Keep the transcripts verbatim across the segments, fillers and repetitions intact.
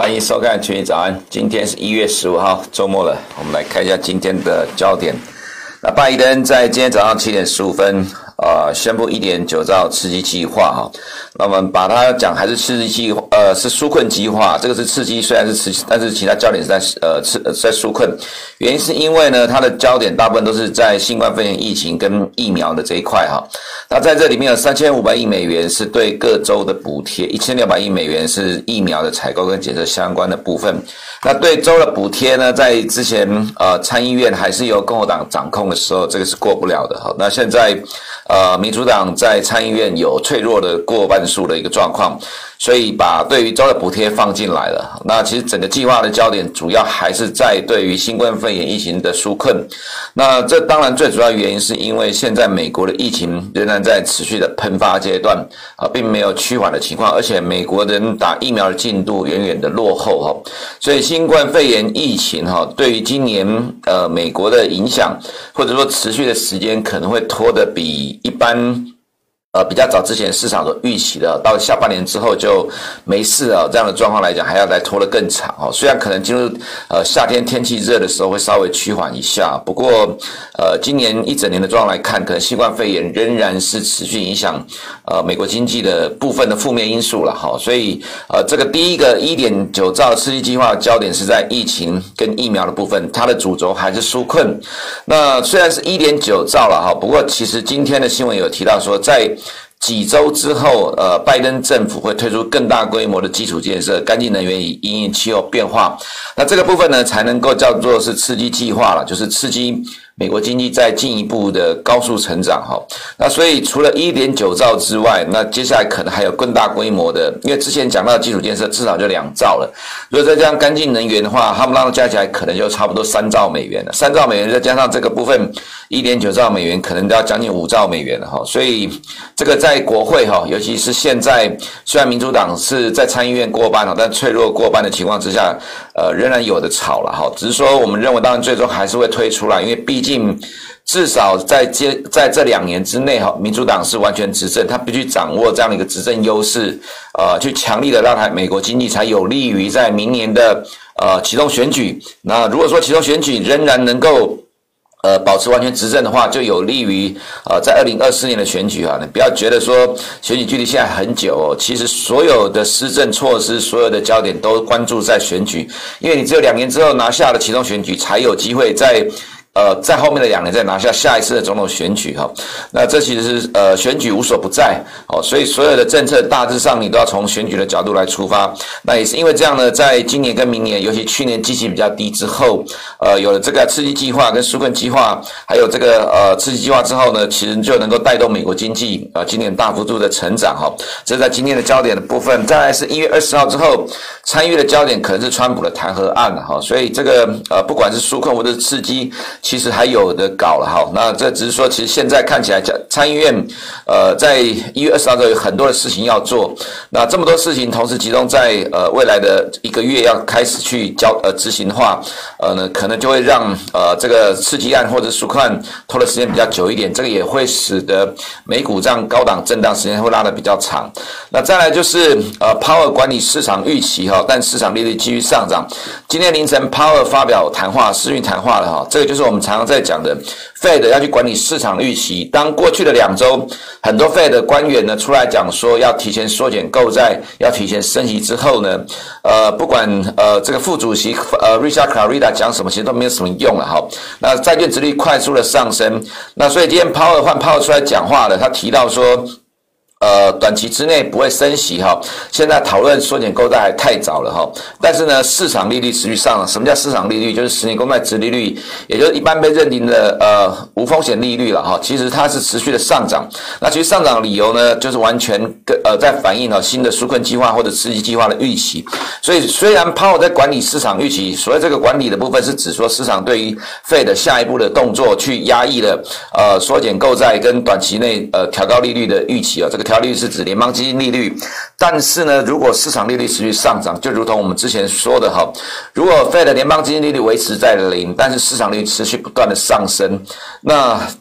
欢迎收看《群益早安》。今天是一月十五号，周末了。我们来看一下今天的焦点。那拜登在今天早上七点十五分，呃，宣布一点九兆刺激计划哈。那我们把它讲还是刺激计划，呃，是纾困计划。这个是刺激，虽然是刺激，但是其他焦点是在呃刺在纾困。原因是因为呢，它的焦点大部分都是在新冠肺炎疫情跟疫苗的这一块哈。那在这里面有三千五百亿美元是对各州的补贴，一千六百亿美元是疫苗的采购跟检测相关的部分。那对州的补贴呢，在之前呃参议院还是由共和党掌控的时候，这个是过不了的哈。那现在呃民主党在参议院有脆弱的过半数的一个状况，所以把对于州的补贴放进来了。那其实整个计划的焦点主要还是在对于新冠肺炎疫情的纾困。那这当然最主要原因是因为现在美国的疫情仍然在持续的喷发阶段啊，并没有趋缓的情况，而且美国人打疫苗的进度远远的落后哈，所以新冠肺炎疫情哈对于今年呃美国的影响或者说持续的时间可能会拖得比一般呃，比较早之前市场所预期的，到下半年之后就没事啊，这样的状况来讲，还要来拖得更长哦。虽然可能进入呃夏天天气热的时候会稍微趋缓一下，不过呃，今年一整年的状况来看，可能新冠肺炎仍然是持续影响呃美国经济的部分的负面因素了哈。所以呃，这个第一个 一点九兆刺激计划的焦点是在疫情跟疫苗的部分，它的主轴还是纾困。那虽然是 一点九兆了哈，不过其实今天的新闻有提到说，在几周之后，呃，拜登政府会推出更大规模的基础建设、干净能源以因应气候变化。那这个部分呢，才能够叫做是刺激计划了，就是刺激美国经济再进一步的高速成长哈。那所以除了 一点九兆之外，那接下来可能还有更大规模的，因为之前讲到的基础建设至少就两兆了。如果再加上干净能源的话，他们让加起来可能就差不多三兆美元了。三兆美元再加上这个部分 一点九兆美元，可能都要将近五兆美元了哈。所以这个在国会哈，尤其是现在虽然民主党是在参议院过半了，但脆弱过半的情况之下，呃，仍然有的吵了哈。只是说我们认为，当然最终还是会推出来，因为毕竟至少在接在这两年之内哈，民主党是完全执政，他必须掌握这样的一个执政优势，呃，去强力的让台美国经济才有利于在明年的呃启动选举。那如果说启动选举仍然能够呃，保持完全执政的话，就有利于呃，在二零二四年的选举啊。你不要觉得说选举距离现在很久哦，其实所有的施政措施、所有的焦点都关注在选举，因为你只有两年之后拿下了启动选举，才有机会在呃，在后面的两年再拿下下一次的总统选举哈，那这其实是呃选举无所不在哦，所以所有的政策大致上你都要从选举的角度来出发。那也是因为这样呢，在今年跟明年，尤其去年基期比较低之后，呃，有了这个刺激计划跟纾困计划，还有这个呃刺激计划之后呢，其实就能够带动美国经济呃今年大幅度的成长哈。这是在今天的焦点的部分。再来是一月二十号之后，参议院的焦点可能是川普的弹劾案了哈，所以这个呃不管是纾困或者是刺激，其实还有的搞了哈，那这只是说，其实现在看起来，参议院呃在一月二十号之后有很多的事情要做，那这么多事情同时集中在呃未来的一个月要开始去交呃执行的话，呃呢可能就会让呃这个刺激案或者纾困案拖的时间比较久一点，这个也会使得美股这样高档震荡时间会拉得比较长。那再来就是呃 Powell 管理市场预期哈，但市场利率继续上涨。今天凌晨 Powell 发表谈话，视讯谈话了哈，这个就是我们常常在讲的 Fed 要去管理市场预期。当过去的两周很多 Fed 的官员呢出来讲说要提前缩减购债，要提前升息之后呢，呃，不管呃这个副主席呃 Richard Clarida 讲什么，其实都没有什么用了哈。那债券殖利率快速的上升，那所以今天 Powell 换 Powell 出来讲话了，他提到说，呃，短期之内不会升息哈，现在讨论缩减购债还太早了哈。但是呢，市场利率持续上涨。什么叫市场利率？就是十年公债殖利率，也就是一般被认定的呃无风险利率了哈。其实它是持续的上涨。那其实上涨的理由呢，就是完全跟呃在反映了新的纾困计划或者刺激计划的预期。所以虽然 Powell 在管理市场预期，所谓这个管理的部分是指说市场对于 Fed 下一步的动作去压抑了呃缩减购债跟短期内呃调高利率的预期啊，这个调利率是指联邦基金利率。但是呢，如果市场利率持续上涨，就如同我们之前说的哈，如果 Fed 联邦基金利率维持在零，但是市场利率持续不断的上升，那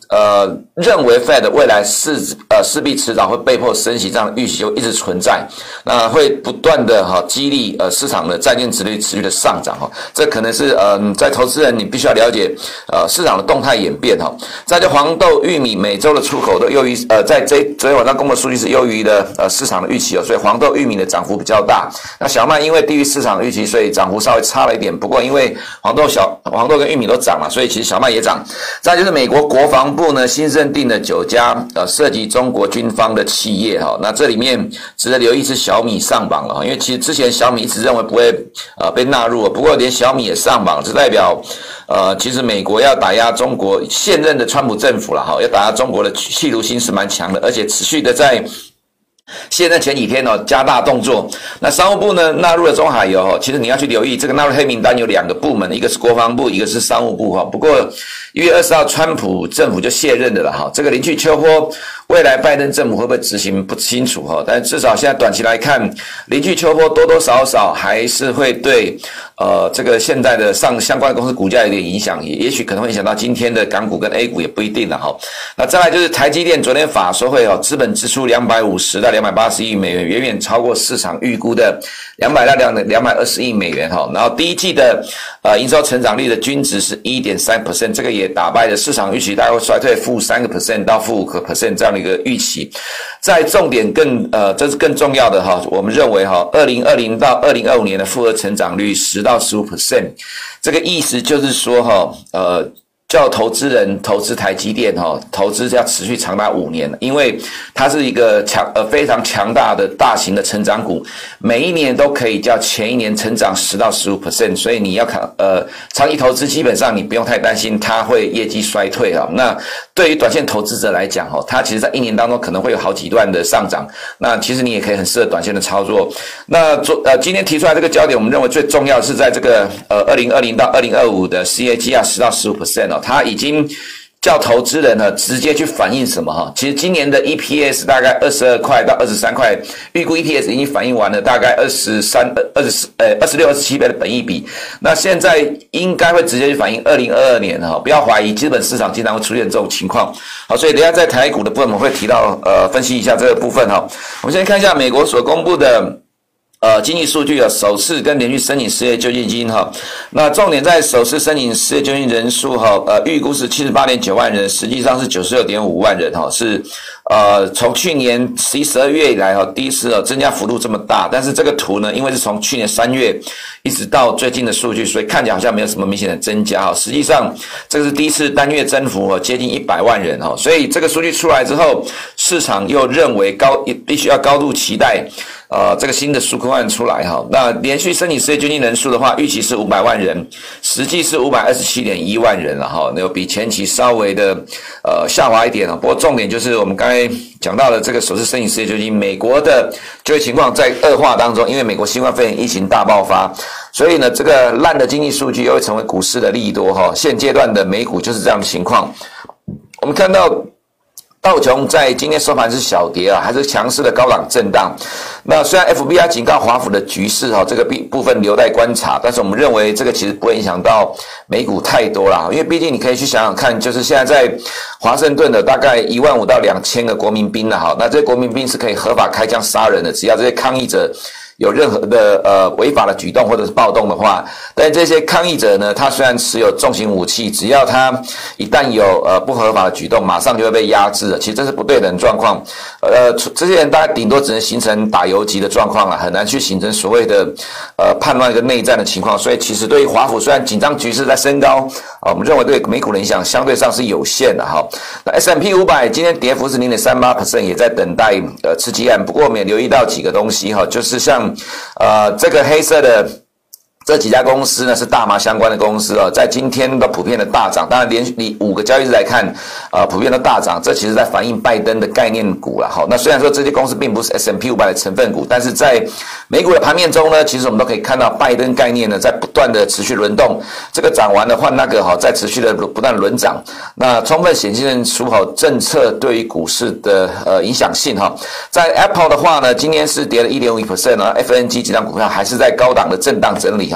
呃认为 Fed 未来势呃势必迟早会被迫升息这样的预期就一直存在，那会不断的哈、哦、激励呃市场的债券殖利率持续的上涨哈、哦，这可能是呃在投资人你必须要了解呃市场的动态演变哈、哦。再就黄豆、玉米每周的出口都优于呃在这昨天晚上公布的数据是优于的呃市场的预期哦，所以黄豆、玉米的涨幅比较大。那小麦因为低于市场的预期，所以涨幅稍微差了一点。不过因为黄豆小黄豆跟玉米都涨了，所以其实小麦也涨。再就是美国国防部呢新认定的九家呃涉及中国军方的企业哈、哦，那这里面值得留意是小米上榜了，因为其实之前小米一直认为不会呃被纳入，不过连小米也上榜，这代表呃其实美国要打压中国现任的川普政府了哈，要打压中国的企图心是蛮强的，而且持续的在现在前几天哦加大动作，那商务部呢纳入了中海油哦，其实你要去留意这个纳入黑名单有两个部门，一个是国防部，一个是商务部哈。不过一月二十号川普政府就卸任的了哈，这个林去秋波未来拜登政府会不会执行不清楚哈，但至少现在短期来看，林去秋波多多少少还是会对呃这个现在的上相关的公司股价有点影响，也也许可能会影响到今天的港股跟 A 股也不一定了哈。那再来就是台积电昨天法说会哦，资本支出两百五十到两百八十亿美元，远远超过市场预估的两百到两百二十亿美元哈。然后第一季的呃营收成长率的均值是 百分之一点三， 这个也打败了市场预期大概会衰退负 百分之三 到负 百分之五 这样的一个预期。在重点更呃这是更重要的哈，我们认为哈二零二零到二零二五年的复合成长率 百分之十到十五， 这个意思就是说哈呃叫投资人投资台积电哈，投资要持续长达五年，因为它是一个强呃非常强大的大型的成长股，每一年都可以较前一年成长 百分之十到十五， 所以你要看呃长期投资基本上你不用太担心它会业绩衰退哈。那对于短线投资者来讲哈，它其实在一年当中可能会有好几段的上涨，那其实你也可以很适合短线的操作。那昨呃今天提出来这个焦点，我们认为最重要的是在这个呃二零二零到二零二五的 C A G R 十到十五 percent 哦。它已经叫投资人呢直接去反映什么哈？其实今年的 E P S 大概二十二块到二十三块，预估 E P S 已经反映完了，大概二十三、二十四、呃二十六、二十七倍的本益比。那现在应该会直接去反映二零二二年哈，不要怀疑，基本市场经常会出现这种情况。好，所以等一下在台股的部分我们会提到呃分析一下这个部分哈。我们先看一下美国所公布的。呃，经济数据啊，首次跟连续申请失业救济金哈，那重点在首次申请失业救济金人数哈，呃，预估是 七十八点九万人，实际上是 九十六点五万人哈，是呃从去年十一、十二月以来哈，第一次哦增加幅度这么大，但是这个图呢，因为是从去年三月一直到最近的数据，所以看起来好像没有什么明显的增加哈，实际上这个是第一次单月增幅哦接近一百万人哈，所以这个数据出来之后，市场又认为高必须要高度期待。呃，这个新的纾困案出来哈，那连续申请失业救济人数的话，预期是五百万人，实际是 五百二十七点一万人了哈，那比前期稍微的呃下滑一点啊。不过重点就是我们刚才讲到的这个首次申请失业救济金，美国的就业情况在恶化当中，因为美国新冠肺炎疫情大爆发，所以呢，这个烂的经济数据又会成为股市的利多哈。现阶段的美股就是这样的情况，我们看到。道琼在今天收盘是小跌啊，还是强势的高档震荡。那虽然 F B I 警告华府的局势哈，这个部分留待观察，但是我们认为这个其实不会影响到美股太多啦，因为毕竟你可以去想想看，就是现在在华盛顿的大概一万五到两千个国民兵了哈，那这些国民兵是可以合法开枪杀人的，只要这些抗议者有任何的呃违法的举动或者是暴动的话，但这些抗议者呢，他虽然持有重型武器，只要他一旦有呃不合法的举动，马上就会被压制了。其实这是不对等状况，呃，这些人大概顶多只能形成打游击的状况了，很难去形成所谓的呃叛乱跟内战的情况。所以其实对于华府虽然紧张局势在升高，啊，我们认为对美股的影响相对上是有限的哈。那 S and P 五百 今天跌幅是 零点三八 percent， 也在等待呃刺激案。不过我们也留意到几个东西哈，就是像呃，这个黑色的这几家公司呢是大麻相关的公司哦，在今天都普遍的大涨，当然连续五个交易日来看，呃，普遍的大涨，这其实在反映拜登的概念股了。好，那虽然说这些公司并不是 S and P 五百 的成分股，但是在美股的盘面中呢，其实我们都可以看到拜登概念呢在不断的持续轮动，这个涨完了换那个哈，在持续的不断轮涨，那充分显现出好政策对于股市的呃影响性哈。在 Apple 的话呢，今天是跌了 一点五 percent 啊 ，F N G 几张股票还是在高档的震荡整理哈。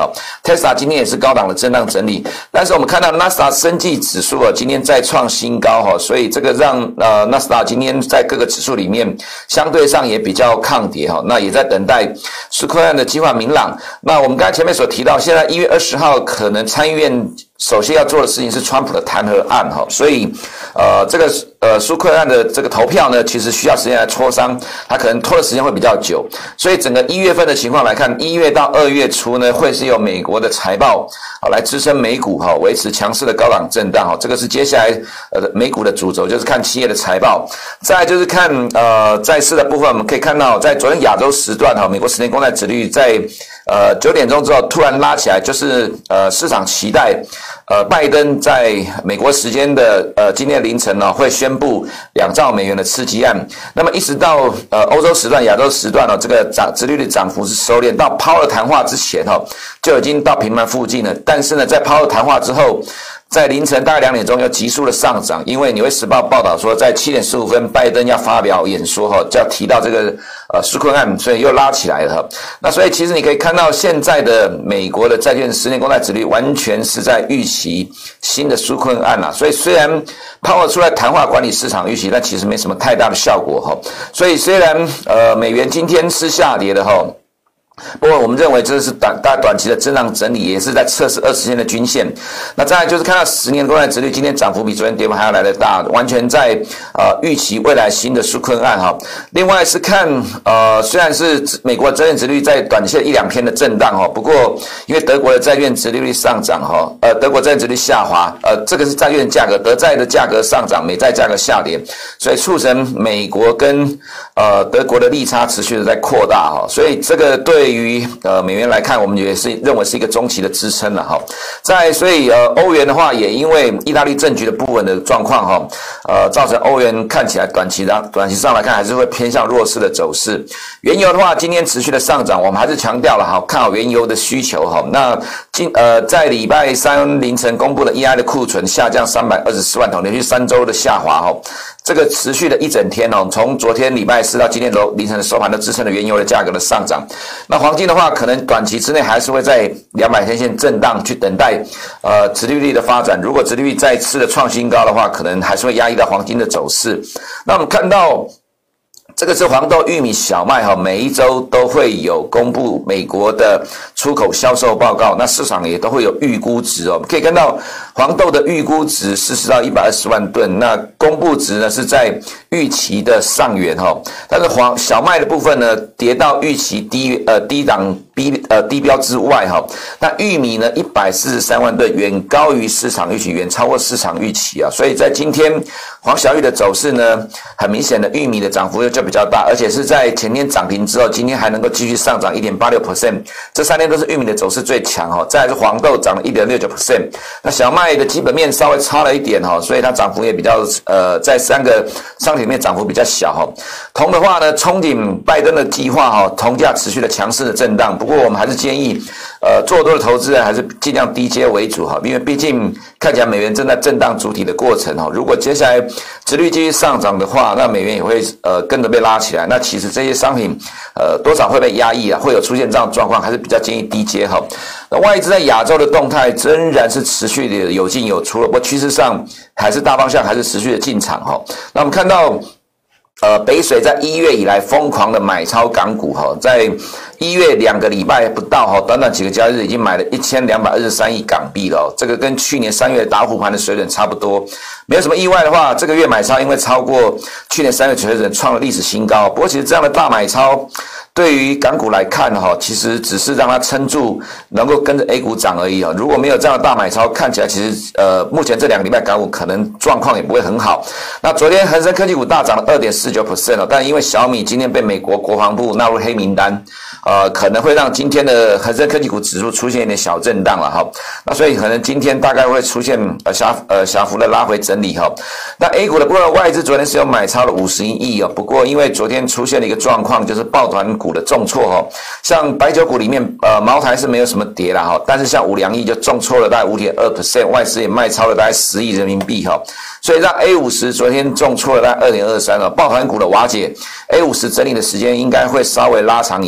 哈。Tesla 今天也是高档的震荡整理，但是我们看到纳斯达克生技指数啊，今天再创新高哈，所以这个让呃纳斯达克今天在各个指数里面相对上也比较抗跌哈，那也在等待纾困案的计划明朗。那我们刚才前面所提到，现在一月二十号可能参议院首先要做的事情是川普的弹劾案哈，所以呃这个呃纾困案的这个投票呢，其实需要时间来磋商，它可能拖的时间会比较久，所以整个一月份的情况来看，一月到二月初呢，会是由美国的财报啊来支撑美股哈，维持强势的高档震荡哈，这个是接下来呃美股的主轴，就是看企业的财报，再来就是看呃债市的部分，我们可以看到在昨天亚洲时段哈，美国十年公债殖利率在呃九点钟之后突然拉起来，就是呃市场期待呃拜登在美国时间的呃今天凌晨呢、哦、会宣布两兆美元的刺激案，那么一直到呃欧洲时段、亚洲时段呢、哦，这个涨殖利率涨幅是收敛，到鲍尔谈话之前哈、哦、就已经到平盘附近了，但是呢在鲍尔谈话之后，在凌晨大概两点钟又急速的上涨，因为《纽约时报》报道说，在七点十五分，拜登要发表演说哈，就要提到这个呃纾困案，所以又拉起来了哈。那所以其实你可以看到，现在的美国的债券十年公债殖利率完全是在预期新的纾困案啦。所以虽然鲍尔出来谈话管理市场预期，但其实没什么太大的效果哈。所以虽然呃美元今天是下跌的哈。不过我们认为这是短大短期的震荡整理，也是在测试二十天的均线。那再来就是看到十年公债殖利率今天涨幅比昨天跌幅还要来得大，完全在呃预期未来新的纾困案哈。另外是看呃虽然是美国债券殖利率在短期一两天的震荡哈，不过因为德国的债券殖利率上涨哈，呃德国债券殖利率下滑，呃这个是债券价格，德债的价格上涨，美债价格下跌，所以促成美国跟呃德国的利差持续的在扩大哈，所以这个对。对于呃美元来看，我们也是认为是一个中期的支撑了哈。在所以呃欧元的话，也因为意大利政局的不稳的状况哈，呃造成欧元看起来短期上短期上来看还是会偏向弱势的走势。原油的话，今天持续的上涨，我们还是强调了哈，看好原油的需求哈。那今呃在礼拜三凌晨公布的 E I 的库存下降三百二十四万桶，连续三周的下滑哈。这个持续的一整天哦，从昨天礼拜四到今天凌晨的收盘都支撑了原油的价格的上涨。那黄金的话，可能短期之内还是会在两百天线震荡，去等待呃殖利率的发展。如果殖利率再次的创新高的话，可能还是会压抑到黄金的走势。那我们看到。这个是黄豆、玉米、小麦哈，每一周都会有公布美国的出口销售报告，那市场也都会有预估值哦。可以看到黄豆的预估值四十到一百二十万吨，那公布值呢是在预期的上缘哈，但是黄小麦的部分呢跌到预期低呃低档低呃低标之外哈，那玉米呢一百四十三万吨，远高于市场预期，远超过市场预期啊，所以在今天黄小玉的走势呢，很明显的玉米的涨幅就比较大，而且是在前天涨停之后，今天还能够继续上涨 百分之一点八六， 这三天都是玉米的走势最强哈。再来是黄豆涨了 百分之一点六九， 那小麦的基本面稍微差了一点哈，所以它涨幅也比较呃在三个商品里面涨幅比较小哈。铜的话呢，憧憬拜登的计划哈，铜价持续的强势的震荡，不过我们还是建议呃做多的投资人还是尽量低接为主哈，因为毕竟看起来美元正在震荡主体的过程哈，如果接下来殖利率继续上涨的话，那美元也会呃跟着被拉起来，那其实这些商品呃多少会被压抑啊，会有出现这样的状况，还是比较建议低接哈。那外资在亚洲的动态仍然是持续的有进有出了，不过趋势上还是大方向还是持续的进场哈。那我们看到。呃，北水在一月以来疯狂的买超港股哈，在一月两个礼拜不到哈，短短几个交易日已经买了一千两百二十三亿港币了、哦，这个跟去年三月打虎盘的水准差不多。没有什么意外的话，这个月买超因为超过去年三月水准创了历史新高。不过其实这样的大买超。对于港股来看哈，其实只是让它撑住，能够跟着 A 股涨而已啊。如果没有这样的大买超，看起来其实呃，目前这两个礼拜港股可能状况也不会很好。那昨天恒生科技股大涨了 百分之二点四九 哦，但因为小米今天被美国国防部纳入黑名单，呃，可能会让今天的恒生科技股指数出现一点小震荡了哈。那所以可能今天大概会出现呃小呃小幅的拉回整理哈。那 A 股的部分，外资昨天是有买超了五十一亿哦，不过因为昨天出现了一个状况，就是抱团股的重挫哈，像白酒股里面，呃，茅台是没有什么跌啦哈，但是像五粮液就重挫了大概 百分之五点二， 外资也卖超了大概十亿人民币哈，所以让 A 五十 昨天重挫了大概 二点二三 了，抱团股的瓦解 ，A 五十 整理的时间应该会稍微拉长一下哈，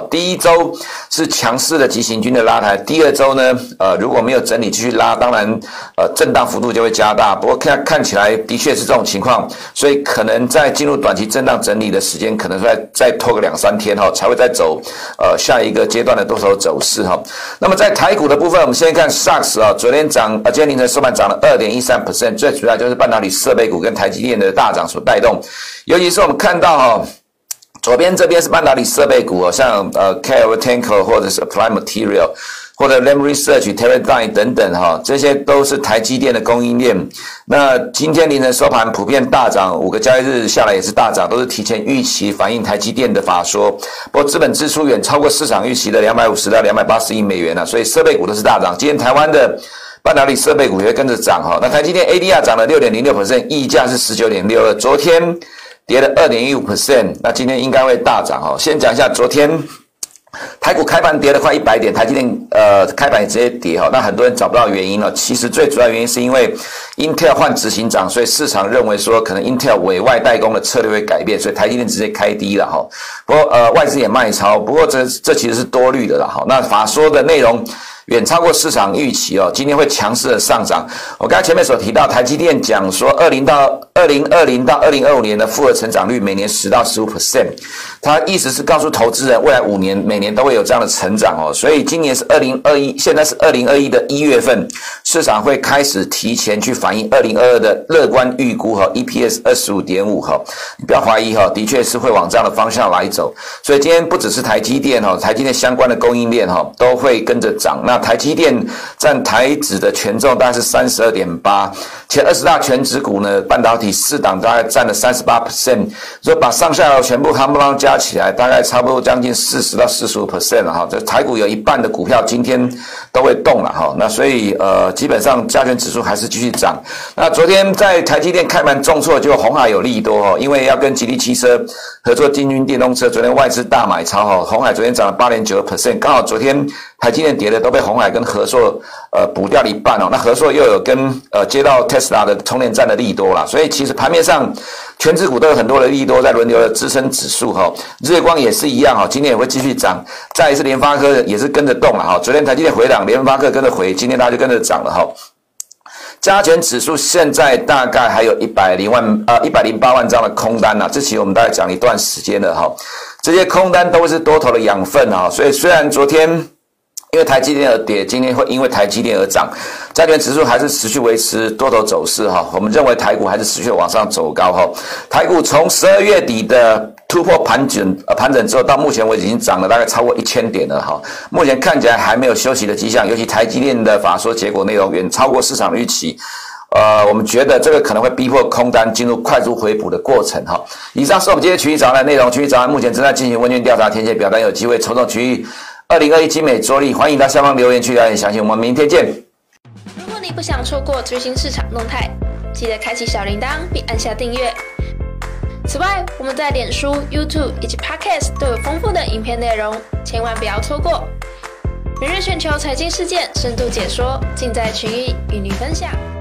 第一周是强势的急行军的拉抬，第二周呢，呃，如果没有整理继续拉，当然呃震荡幅度就会加大。不过看看起来的确是这种情况，所以可能在进入短期震荡整理的时间，可能再再拖个两三天哈、哦，才会再走呃下一个阶段的多头走势哈、哦。那么在台股的部分，我们先看 S A X 啊、哦，昨天涨，呃，今天凌晨收盘涨了 百分之二点一三， 最主要就是半导体设备股跟台积电的大涨所带动，尤其是我们看到哈、哦。左边这边是半导体设备股哦，像呃 K L Tanker 或者是 Applied Material 或者 Lam Research、Teradyne 等等哈、哦，这些都是台积电的供应链。那今天凌晨收盘普遍大涨，五个交易日下来也是大涨，都是提前预期反映台积电的法说。不过资本支出远超过市场预期的两百五十到两百八十亿美元啊，所以设备股都是大涨。今天台湾的半导体设备股也会跟着涨哈。那台积电 A D R 涨了 百分之六点零六， 溢价是 十九点六二， 昨天跌了 百分之二点一五， 那今天应该会大涨哦。先讲一下昨天台股开盘跌了快一百点，台积电呃开盘也直接跌哈，那很多人找不到原因了。其实最主要原因是因为 Intel 换执行长，所以市场认为说可能 Intel 委外代工的策略会改变，所以台积电直接开低了哈。不过呃外资也卖超，不过这这其实是多虑的啦哈。那法说的内容远超过市场预期哦，今天会强势的上涨。我刚才前面所提到，台积电讲说二零到二零二零到二零二五年的复合成长率每年 百分之十到十五， 它意思是告诉投资人未来五年每年都会有这样的成长哦。所以今年是二零二一，现在是二零二一的一月份，市场会开始提前去反映二零二二的乐观预估哈 ，E P S 二十五点五 哈，你不要怀疑哈，的确是会往这样的方向来走。所以今天不只是台积电哈，台积电相关的供应链哈都会跟着涨。那台积电占台指的权重大概是 百分之三十二点八， 前二十大权值股呢，半导体四档大概占了 百分之三十八， 所以把上下游全部夯不啷加起来，大概差不多将近四十到百分之四十五 了哈。这台股有一半的股票今天都会动了哈，那所以呃基本上加权指数还是继续涨。那昨天在台积电开盘重挫，就鸿海有利多哈，因为要跟吉利汽车合作进军电动车，昨天外资大买超哈，鸿海昨天涨了 百分之八点九， 刚好昨天台积电跌的都被鸿海跟和硕呃补掉了一半哦，那和硕又有跟呃接到 Tesla 的充电站的利多啦，所以其实盘面上全指股都有很多的利多在轮流的支撑指数哈，日月光也是一样哈，今天也会继续涨，再来是联发科也是跟着动了哈，昨天台积电回档，联发科跟着回，今天它就跟着涨了哈。加权指数现在大概还有一百零万呃一百零八万张的空单呐、啊，这期我们大概讲一段时间了哈，这些空单都是多头的养分哈，所以虽然昨天因为台积电而跌，今天会因为台积电而涨，加权指数还是持续维持多头走势哈。我们认为台股还是持续往上走高哈。台股从十二月底的突破盘整呃盘整之后，到目前为止已经涨了大概超过一千点了哈。目前看起来还没有休息的迹象，尤其台积电的法说结果内容远超过市场预期。呃，我们觉得这个可能会逼迫空单进入快速回补的过程哈。以上是我们今天群益早安的内容，群益早安目前正在进行问卷调查，填写表单有机会抽中群益二零二一精美桌历，欢迎到下方留言区了解详情。我们明天见。 如果你不想错过最新市场动态，记得开启小铃铛并按下订阅。此外，我们在脸书、YouTube 以及 Podcast 都有丰富的影片内容，千万不要错过。每日全球财经事件深度解说，尽在群益与你分享。